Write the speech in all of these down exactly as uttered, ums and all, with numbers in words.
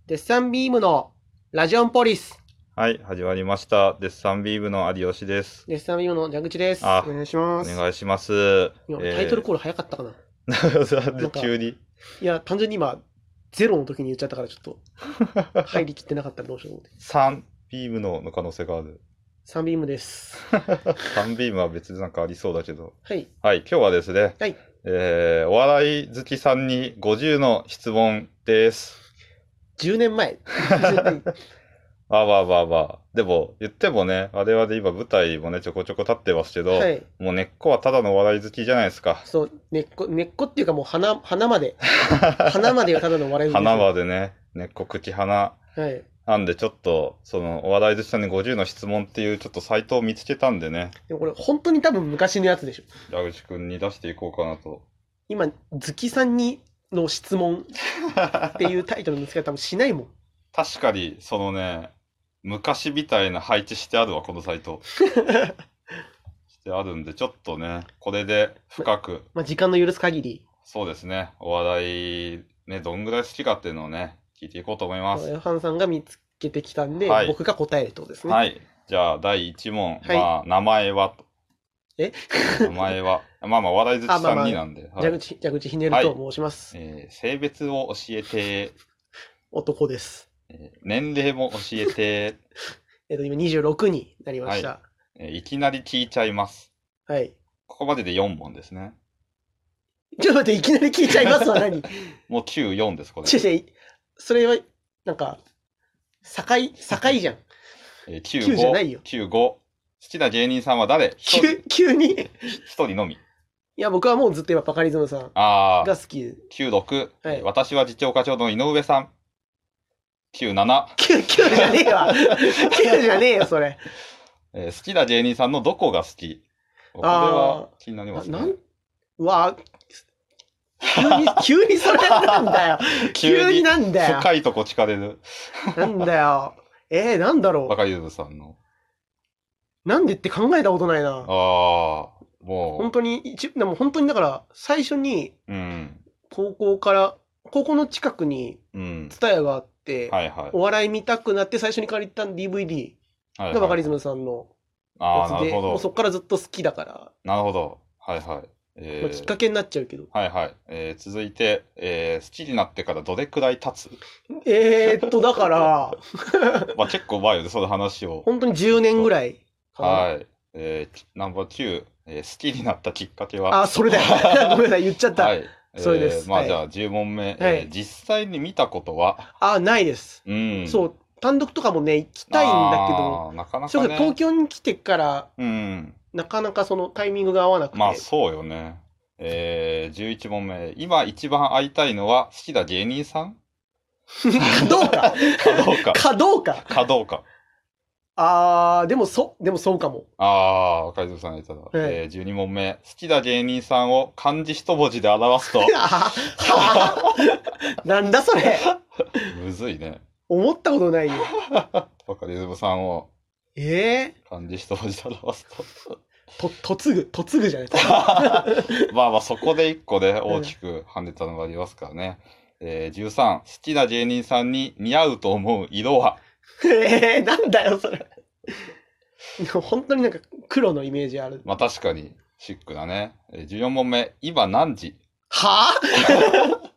デッサンビームのラジオンポリス。 はい、始まりました。デッサンビームの有吉です。 デッサンビームの蛇口です。 あお願いします。 お願いします。 今、タイトルコール早かったかな。 なんで急にいや、単純に今、ゼロの時に言っちゃったからちょっと、入りきってなかったらどうしようと思って。 さんビームのの可能性がある。 さんビームです。 さんビームは別になんかありそうだけど。 はい。 はい、今日はですね、 はい。 えー、お笑い好きさんにごじゅうの質問です。 じゅうねんまえ。 わあわあわあわあ。でも、言ってもね、我々今舞台もね、ちょこちょこ立ってますけど、 はい。 もう根っこはただのお笑い好きじゃないですか。 そう、根っこ、根っこっていうかもう鼻、鼻まで。鼻までがただの笑い好きです。 鼻までね、根っこ、口、鼻。 はい。 なんでちょっと、その、お笑い好きさんにごじゅうの質問っていうちょっとサイトを見つけたんでね。 でもこれ本当に多分昔のやつでしょ。 矢口くんに出していこうかなと。 今、ズキさんにの質問っていうタイトルの付け方多分しないもん。 確かに、そのね、昔みたいな配置してあるわ、このサイト。してあるんで、ちょっとね、これで深く。 まあ、時間の許す限り。 そうですね、お笑い、ね、どんぐらい好きかっていうのをね、聞いていこうと思います。 ヨハンさんが見つけてきたんで、 はい、 僕が答えるってことですね。 はい。じゃあ、だいいち問。 はい、 まあ、名前はと。 え名前は。まあまあ、お笑い好きさんになんで。 蛇口、蛇口ひねると申します。 はい、えー、性別を教えて。 男です。 えー、年齢も教えて。 えっと、今にじゅうろくになりました。 はい、えー。いきなり聞いちゃいます。 はい。 ここまででよん問ですね。 ちょっと待って、いきなり聞いちゃいますわ、何もうきゅう、よんです、これ。 違う違う、それは、なんか、境、境じゃん。 えー、きゅう、 きゅうじゃないよ。 きゅう、ご。好きな芸人さんは誰？ 急、急に一人のみ。 いや、僕はもうずっと今、バカリズムさんが好き。 きゅう、ろく、 はい、 私は次長課長の井上さん。きゅう、なな。 きゅう、きゅうじゃねえわ。きゅうじゃねえよ、それ。 えー、好きな芸人さんのどこが好き？これは気になりますね。 なんうわ急に、急にそれなんだよ。急になんだよ。 深いとこ聞かれる。 なんだよ。えー、なんだろう。 バカリズムさんの。 なんでって考えたことないな。 ああ、もう。 本当に、一でも本当にだから、最初に、 うん、 高校から、高校の近くに、ツタヤがあって、 うんはいはい、 お笑い見たくなって最初に借りた ディーブイディー がバカリズムさんのやつで、はいはいはい、もうそっからずっと好きだから。 なるほど。はいはい。 えーまあ、きっかけになっちゃうけど。 はいはい。えー、続いて、えー、好きになってからどれくらい経つ？ えーっと、だから、 まあ結構前よね、その話を。 本当にじゅうねんぐらいかな。 はい。えー、ナンバーきゅう、えー、好きになったきっかけは？ あ、それだよ。ごめんなさい、言っちゃった。はい。 えー、 それです。 まあじゃあじゅう問目、はいえー。実際に見たことは？ あ、ないです。 うん。 そう、単独とかもね、行きたいんだけど、 なかなかね、 そう東京に来てから、 うん、 なかなかそのタイミングが合わなくて。 まあそうよね。えー、じゅういち問目。今一番会いたいのは好きな芸人さん？ かどうかかどうか。 かどうか。 かどうか。 あー、でもそ、でもそうかも。 あー、海賊さんが言ったら。はい、えー、じゅうに問目。好きな芸人さんを漢字一文字で表すと。 なんだそれ。 むずいね。 思ったことないよ。 バカリズムさんを。 えー、 漢字一文字で表すと。 と、嫁ぐ、嫁ぐじゃないまあまあそこで一個で大きく跳ねたのがありますからね。えー、じゅうさん、好きな芸人さんに似合うと思う色は？ えー、なんだよそれ。本当になんか黒のイメージある。 まあ確かにシックだね。えー、じゅうよん問目、今何時？ はぁ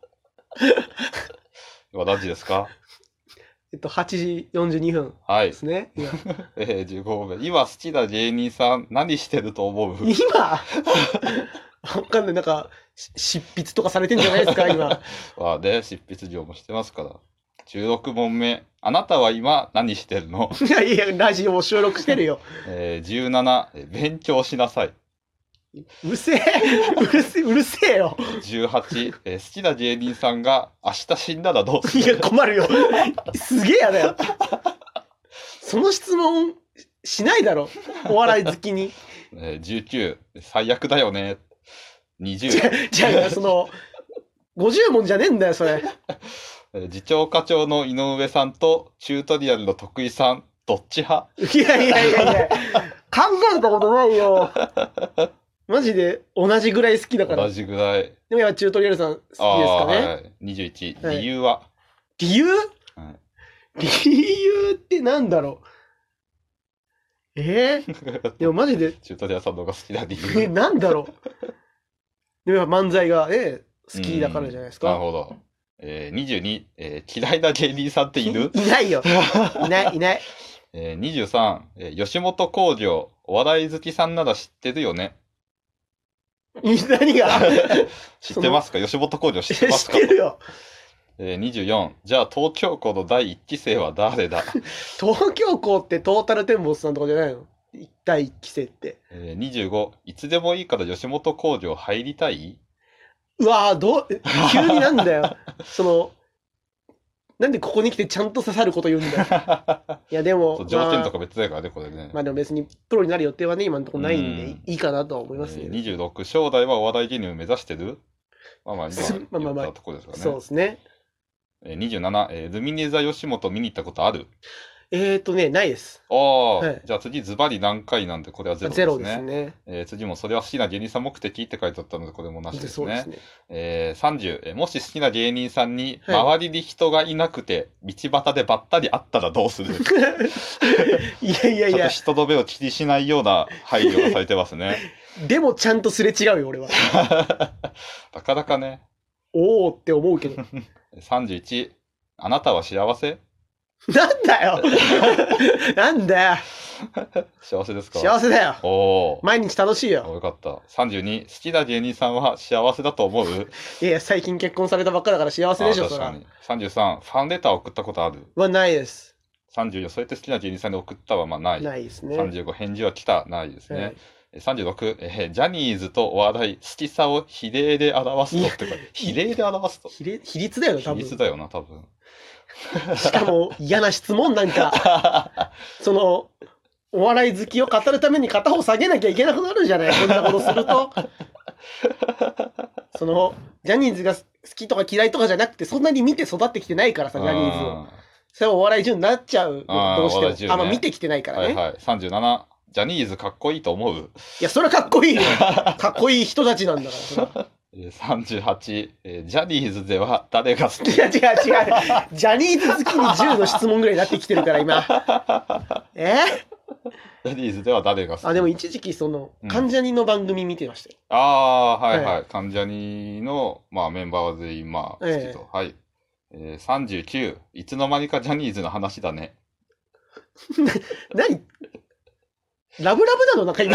今何時ですか？ えっと、はちじよんじゅうにふんですね。 はい。えー、じゅうご問目。今好きな芸人さん何してると思う？ 今わかんない。なんか、執筆とかされてんじゃないですか、今。 まあね、執筆業もしてますから。じゅうろく問目。あなたは今何してるの？ いやいや、ラジオを収録してるよ。 えー、じゅうなな、勉強しなさい。 うるせえ。うるせえ、うるせえよ。 じゅうはち、えー、好きな芸人さんが明日死んだらどうする？ いや、困るよ。すげえやだよ。その質問しないだろ。お笑い好きに。 えー、じゅうきゅう、最悪だよね。にじゅう。 じゃあ、その、ごじゅう問じゃねえんだよ、それ。 次長課長の井上さんとチュートリアルの徳井さん、どっち派？ いやいやいやいや、考えたことないよ。マジで同じぐらい好きだから。 同じぐらい。 でもやチュートリアルさん好きですかね。 はい。にじゅういち、理由は？ 理由？ はい、 理由ってなんだろう。えー、でもマジでチュートリアルさんの方が好きな理え、 由。 なんだろう。でもやっぱ漫才がね、好きだからじゃないですか。 なるほど。えー、にじゅうに、えー、嫌いな芸人さんっているいないよ。いない、いない。 えー、にじゅうさん、えー、吉本興業、お笑い好きさんなら知ってるよね。 何が知ってますか？吉本興業知ってますか？ 知ってるよ。 えー、にじゅうよん、じゃあ東京校のだいいっき生は誰だ？ 東京校ってトータルテンボスさんとかじゃないの？だいいっき生って。 えー、にじゅうご、いつでもいいから吉本興業入りたい？ うわぁ、どう、急になんだよ。その、なんでここに来てちゃんと刺さること言うんだよ。いやでも、 条件とか別だからね、これね。 まあでも別にプロになる予定はね、今のところないんで、 うんいいかなとは思いますね。 えー、にじゅうろく、将来はお笑い芸人を目指してる？まあまあ、今まあまあまあ言ったところですかね。 そうですね。 えー、にじゅうなな、えー、ルミネ座吉本見に行ったことある？ えーとね、ないです。 ああ、 はいじゃあ次ズバリ何回なんでこれはゼロですね。 ゼロですね。 えー、次もそれは好きな芸人さん目的って書いてあったのでこれもなしですね。 そうですね。 えー、さんじゅう、えー、もし好きな芸人さんにはい周りに人がいなくて道端でばったり会ったらどうする？ いやいやいやちょっと、人の目を気にしないような配慮がされてますね。 でもちゃんとすれ違うよ、俺は。 なかなかね。 おおって思うけど。 さんじゅういち、あなたは幸せ？ なんだよなんだよ幸せですか？ 幸せだよ。 おー。 毎日楽しいおよ。 よかった。さんじゅうに、好きな芸人さんは幸せだと思う？ いやいや、最近結婚されたばっかだから幸せでしょ、そら。 あ確かに。さんじゅうさん、ファンレター送ったことある？ はないです。 さんじゅうよん、そうやって好きな芸人さんに送ったはまあない。 ないですね。 さんじゅうご、返事は来た、ないですね。 はいさんじゅうろく、えージャニーズとお笑い、好きさを比例で表すとってか、比例で表すと。 比例比率だよね、多比分。 率だよな、多分。 しかも嫌な質問なんか、その、お笑い好きを語るために片方下げなきゃいけなくなるじゃない、こんなことすると。その、ジャニーズが好きとか嫌いとかじゃなくて、そんなに見て育ってきてないからさ、ジャニーズを。それはお笑い順になっちゃうよ、 あーどうしても。 お笑い順ねあんま見てきてないからね。 はいはい。さんじゅうなな、ジャニーズかっこいいと思う？ いや、それはかっこいいよ。かっこいい人たちなんだから、それは。 えーさんじゅうはち、えージャニーズでは誰が好き？ いや、違う違う。ジャニーズ好きにじゅうの質問ぐらいになってきてるから、今。えジャニーズでは誰が好き？ あ、でも一時期、そのうん、 関ジャニの番組見てましたよ。 ああ、はいはい。 は関ジャニの、まあ、メンバーは全員、まあ、好きと。はい。えー、さんじゅうきゅう、いつの間にかジャニーズの話だね。 何ラブラブなのなんか今。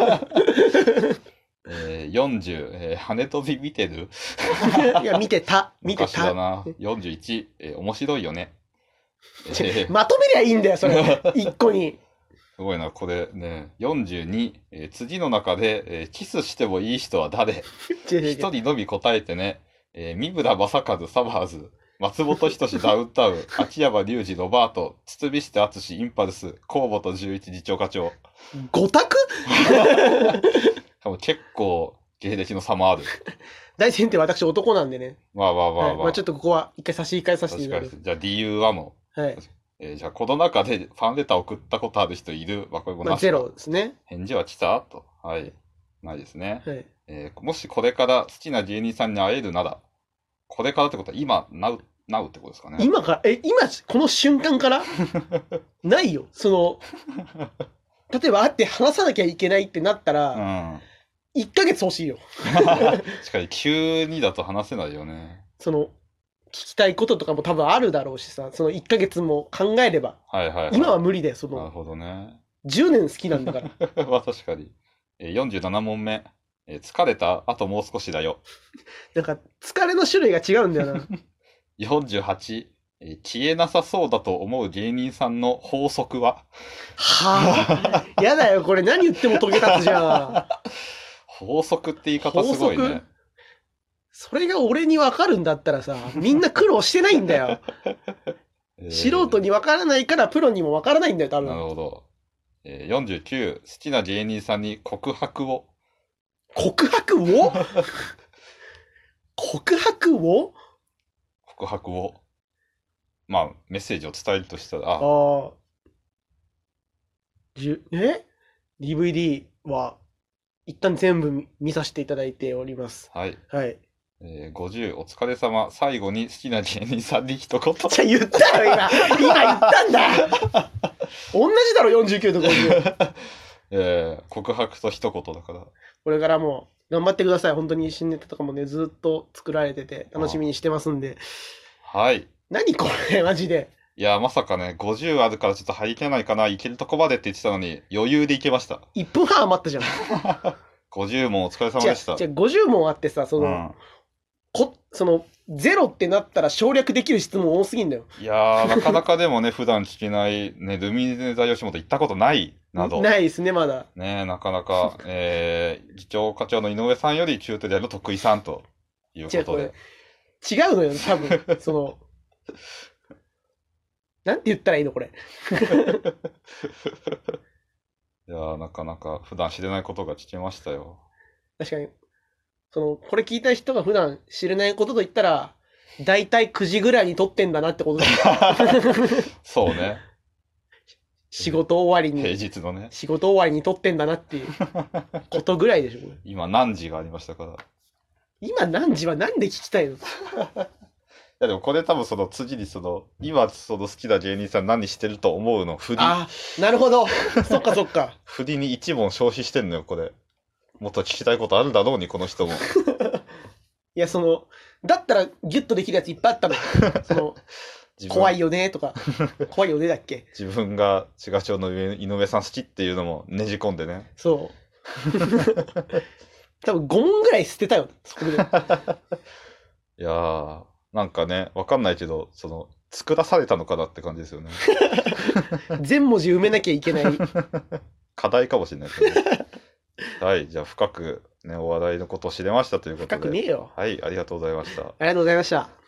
えー、よんじゅう、えー、羽飛び見てる？ いや、見てた。見て昔だた。 な。よんじゅういち、えー、面白いよね。えーまとめりゃいいんだよ、それ。一個に。 すごいな、これね。よんじゅうに、えー、次の中で、えー、キスしてもいい人は誰？ 違う違う違う一人のみ答えてね。えー、三村正和、サマーズ、松本人志、ダウンタウン、秋山隆二、ロバート、堤下敦、インパルス、河本十一、次長課長。 五択しかも結構、芸歴の差もある。 大前提私男なんでね。 まあまあまあまあ。 はいまあちょっとここは一回差し控えさせてい確かに。 ただきじゃあ理由はもます。はい。 う。えーじゃあこの中でファンレター送ったことある人いる？まあこれもまあ、 なしかゼロですね。 返事は来たと。はい。ないですね。 はい。 えーもしこれから好きな芸人さんに会えるなら、これからってことは今、なう、なうってことですかね。 今から、え、今、この瞬間からないよ。その、例えば会って話さなきゃいけないってなったうら、 ん。 いっかげつ欲しいよ。 確かに急にだと話せないよね。 その、聞きたいこととかも多分あるだろうしさ、そのいっかげつも考えれば、 はいはい、はい。 今は無理だよ、その、 なるほどね。 じゅうねん好きなんだから。 まあ確かに。えー、よんじゅうなな問目。えー疲れた？あともう少しだよ。 なんか、疲れの種類が違うんだよな。 よんじゅうはち。えー消えなさそうだと思う芸人さんの法則は？ はぁ、やだよ、これ何言ってもトゲ立つじゃん。 法則って言い方すごい法ね。 それが俺に分かるんだったらさ、みんな苦労してないんだよ。 えー素人に分からないからプロにも分からないんだよ、多なる分。 ほど。えー、よんじゅうきゅう。好きな芸人さんに告白を。 告白を告白を告白を。まあ、メッセージを伝えるとしたら、あ、 ああ。じゅ、え ?ディーブイディー は、一旦全部見見させていただいております。 はい。 はい。 えー、ごじゅうお疲れ様。最後に好きな芸人さんに一言。 じゃあ言ったよ、今。今言ったんだ。同じだろ、よんじゅうきゅうとごじゅう。 えー、告白と一言だから。 これからも頑張ってください。本当に新ネタとかもね、ずっと作られてて、楽しみにしてますんで。 はい。 何これ、マジで。 いや、まさかね、ごじゅうあるからちょっと入けないかな、いけるとこまでって言ってたのに、余裕でいけました。 いっぷんはん余ったじゃん。 ごじゅう問お疲れ様じゃでした。 あ、じゃあごじゅう問あってさ、その、 うんこそのゼロってなったら省略できる質問多すぎんだよ。 いやー、なかなかでもね、普段聞けない、ね、ルミネ座吉本行ったことないなど。 ないですね、まだ。 ね、なかなか、えー、議長課長の井上さんよりチュートリアルの徳井さんという違う、 ことで。 違うのよ、多分。その、なんて言ったらいいの、これ。 いやー、なかなか普段知れないことが聞けましたよ。 確かに。その、これ聞いた人が普段知れないことと言ったら、だいたいくじぐらいに撮ってんだなってことだ。 そうね。 仕事終わり平に、 日のね。 仕事終わりに撮ってんだなっていうことぐらいでしょ、これ。 今何時がありましたから。い今何時はなんで聞きたいの？ やでもこれ多分その次にその、今その好きな芸人さん何してると思うの振り。 ああ、なるほど。そっかそっか。 振りに一問消費してんのよ、これ。もっと聞きたいことあるだろうに、この人も。 いや、その、だったらギュッとできるやついっぱいあったの。その、怖いよ。 よねとか、怖いよねだっけ？ 自分が千賀町の井上さん好きっていうのもねじ込んでね。 そう。多分ご問ぐらい捨てたよ、そこで。 いやー、なんかね、わかんないけど、その、作らされたのかなって感じですよね。 全文字埋めなきゃいけない。 課題かもしれないですね。はい、じゃあ深くね、お笑いのことを知れましたということで。 深くねえよ。 はい、ありがとうございました。 ありがとうございました。